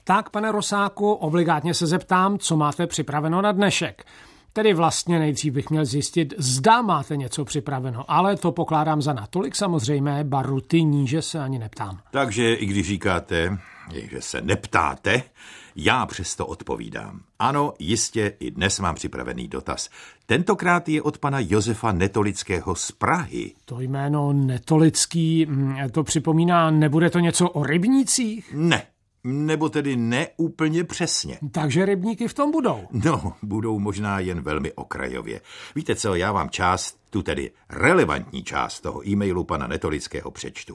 Tak, pane Rosáku, obligátně se zeptám, co máte připraveno na dnešek. Tedy vlastně nejdřív bych měl zjistit, zda máte něco připraveno, ale to pokládám za natolik samozřejmé, ba rutinní, že se ani neptám. Takže i když říkáte, že se neptáte, já přesto odpovídám. Ano, jistě, i dnes mám připravený dotaz. Tentokrát je od pana Josefa Netolického z Prahy. To jméno Netolický, to připomíná, nebude to něco o rybnících? Ne. Nebo tedy ne úplně přesně. Takže rybníky v tom budou? No, budou možná jen velmi okrajově. Víte co, já vám tu tedy relevantní část toho e-mailu pana Netolického přečtu.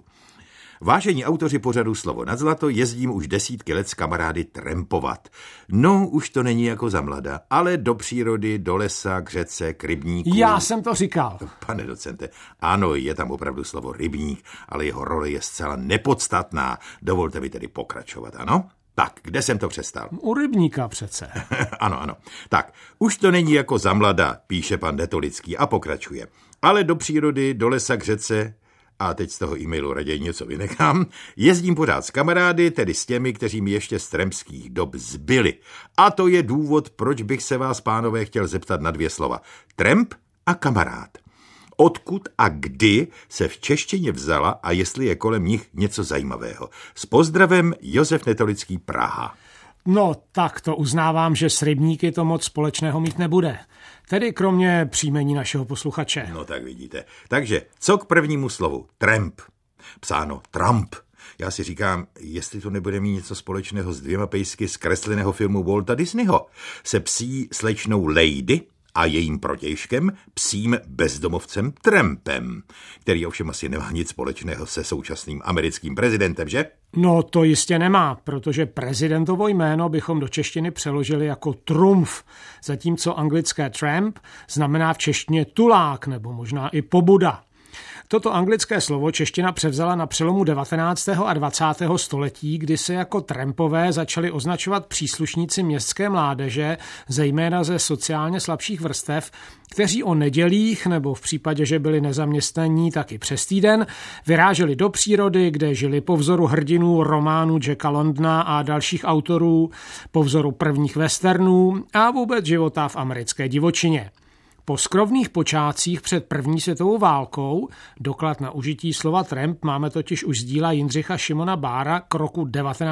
Vážení autoři pořadu Slovo nad zlato, jezdím už desítky let s kamarády trampovat. No, už to není jako za mlada, ale do přírody, do lesa, k řece, k rybníku. Já jsem to říkal. Pane docente, ano, je tam opravdu slovo rybník, ale jeho role je zcela nepodstatná. Dovolte mi tedy pokračovat, ano? Tak, kde jsem to přestal? U rybníka přece. Ano. Tak, už to není jako za mlada, píše pan Netolický a pokračuje. Ale do přírody, do lesa, k řece, a teď z toho e-mailu raději něco vynechám, jezdím pořád s kamarády, tedy s těmi, kteří mi ještě z trampských dob zbyli. A to je důvod, proč bych se vás, pánové, chtěl zeptat na 2 slova. Tramp a kamarád. Odkud a kdy se v češtině vzala a jestli je kolem nich něco zajímavého. S pozdravem Josef Netolický, Praha. No, tak to uznávám, že s rybníky to moc společného mít nebude. Tedy kromě příjmení našeho posluchače. No tak vidíte. Takže, co k prvnímu slovu? Tramp. Psáno Trump. Já si říkám, jestli to nebude mít něco společného s 2 pejsky z kresleného filmu Walta Disneyho. Se psí slečnou Lady a jejím protějškem, psím bezdomovcem Trumpem, který ovšem asi nemá nic společného se současným americkým prezidentem, že? No to jistě nemá, protože prezidentovo jméno bychom do češtiny přeložili jako trumf, zatímco anglické tramp znamená v češtině tulák nebo možná i pobuda. Toto anglické slovo čeština převzala na přelomu 19. a 20. století, kdy se jako trampové začali označovat příslušníci městské mládeže, zejména ze sociálně slabších vrstev, kteří o nedělích nebo v případě, že byli nezaměstnaní, taky přes týden, vyráželi do přírody, kde žili po vzoru hrdinů románu Jacka Londona a dalších autorů, po vzoru prvních westernů a vůbec života v americké divočině. Po skrovných počátcích před první světovou válkou, doklad na užití slova tramp máme totiž už z díla Jindřicha Šimona Bára k roku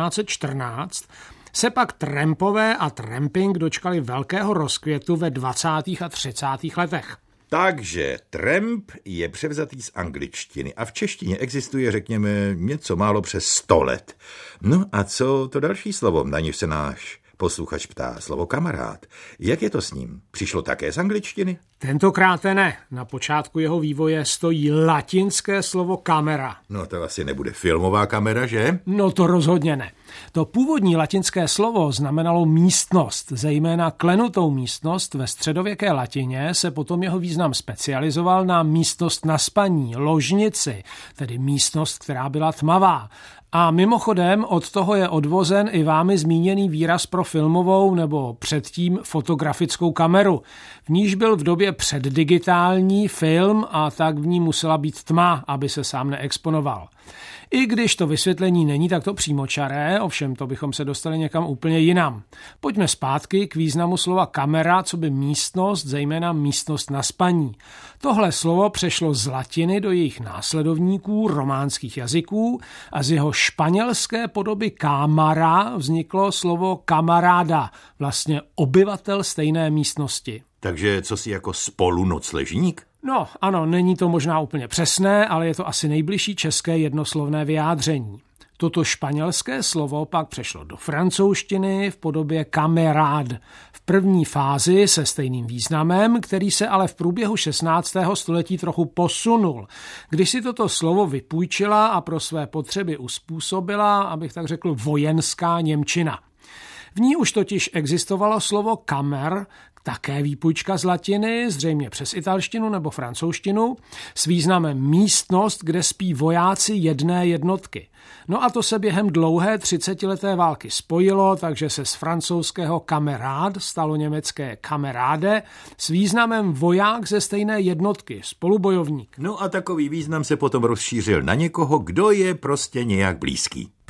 1914, se pak trampové a tramping dočkali velkého rozkvětu ve 20. a 30. letech. Takže tramp je převzatý z angličtiny a v češtině existuje, řekněme, něco málo přes 100 let. No a co to další slovo, na něž se náš posluchač ptá, slovo kamarád. Jak je to s ním? Přišlo také z angličtiny? Tentokrát ne. Na počátku jeho vývoje stojí latinské slovo kamera. No to asi nebude filmová kamera, že? No to rozhodně ne. To původní latinské slovo znamenalo místnost, zejména klenutou místnost. Ve středověké latině se potom jeho význam specializoval na místnost na spaní, ložnici, tedy místnost, která byla tmavá. A mimochodem od toho je odvozen i vámi zmíněný výraz pro filmovou nebo předtím fotografickou kameru. V níž byl v době předdigitální film a tak v ní musela být tma, aby se sám neexponoval. I když to vysvětlení není takto přímočaré, ovšem to bychom se dostali někam úplně jinam. Pojďme zpátky k významu slova kamera, co by místnost, zejména místnost na spaní. Tohle slovo přešlo z latiny do jejich následovníků románských jazyků a z jeho španělské podoby cámara vzniklo slovo kamaráda, vlastně obyvatel stejné místnosti. Takže co si jako spolunocležník? No, ano, není to možná úplně přesné, ale je to asi nejbližší české jednoslovné vyjádření. Toto španělské slovo pak přešlo do francouzštiny v podobě kamarád. V první fázi se stejným významem, který se ale v průběhu 16. století trochu posunul, když si toto slovo vypůjčila a pro své potřeby uspůsobila, abych tak řekl, vojenská němčina. V ní už totiž existovalo slovo kamer, také výpůjčka z latiny, zřejmě přes italštinu nebo francouzštinu, s významem místnost, kde spí vojáci jedné jednotky. No a to se během dlouhé 30leté války spojilo, takže se z francouzského kamerád stalo německé kamaráde s významem voják ze stejné jednotky, spolubojovník. No a takový význam se potom rozšířil na někoho, kdo je prostě nějak blízký.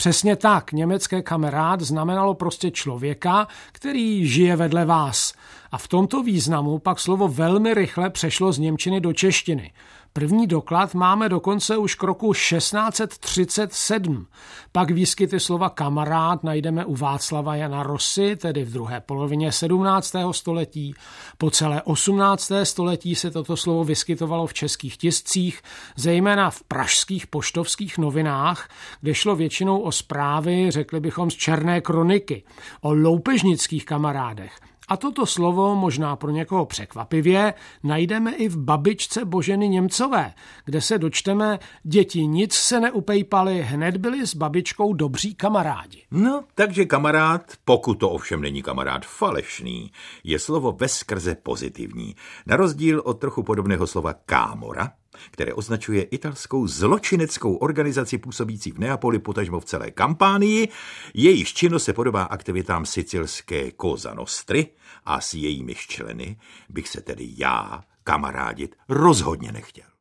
Přesně tak, německé kamarád znamenalo prostě člověka, který žije vedle vás. A v tomto významu pak slovo velmi rychle přešlo z němčiny do češtiny. První doklad máme dokonce už k roku 1637. Pak výskyty slova kamarád najdeme u Václava Jana Rosy, tedy v druhé polovině 17. století. Po celé 18. století se toto slovo vyskytovalo v českých tiscích, zejména v pražských poštovských novinách, kde šlo většinou o zprávy, řekli bychom z černé kroniky, o loupežnických kamarádech. A toto slovo, možná pro někoho překvapivě, najdeme i v babičce Boženy Němcové, kde se dočteme, děti nic se neupejpali, hned byli s babičkou dobří kamarádi. No, takže kamarád, pokud to ovšem není kamarád falešný, je slovo veskrze pozitivní. Na rozdíl od trochu podobného slova kámora, které označuje italskou zločineckou organizaci působící v Neapoli, potažmo v celé Kampánii, jejíž činnost se podobá aktivitám sicilské Cosa Nostry a s jejími členy bych se tedy já kamarádit rozhodně nechtěl.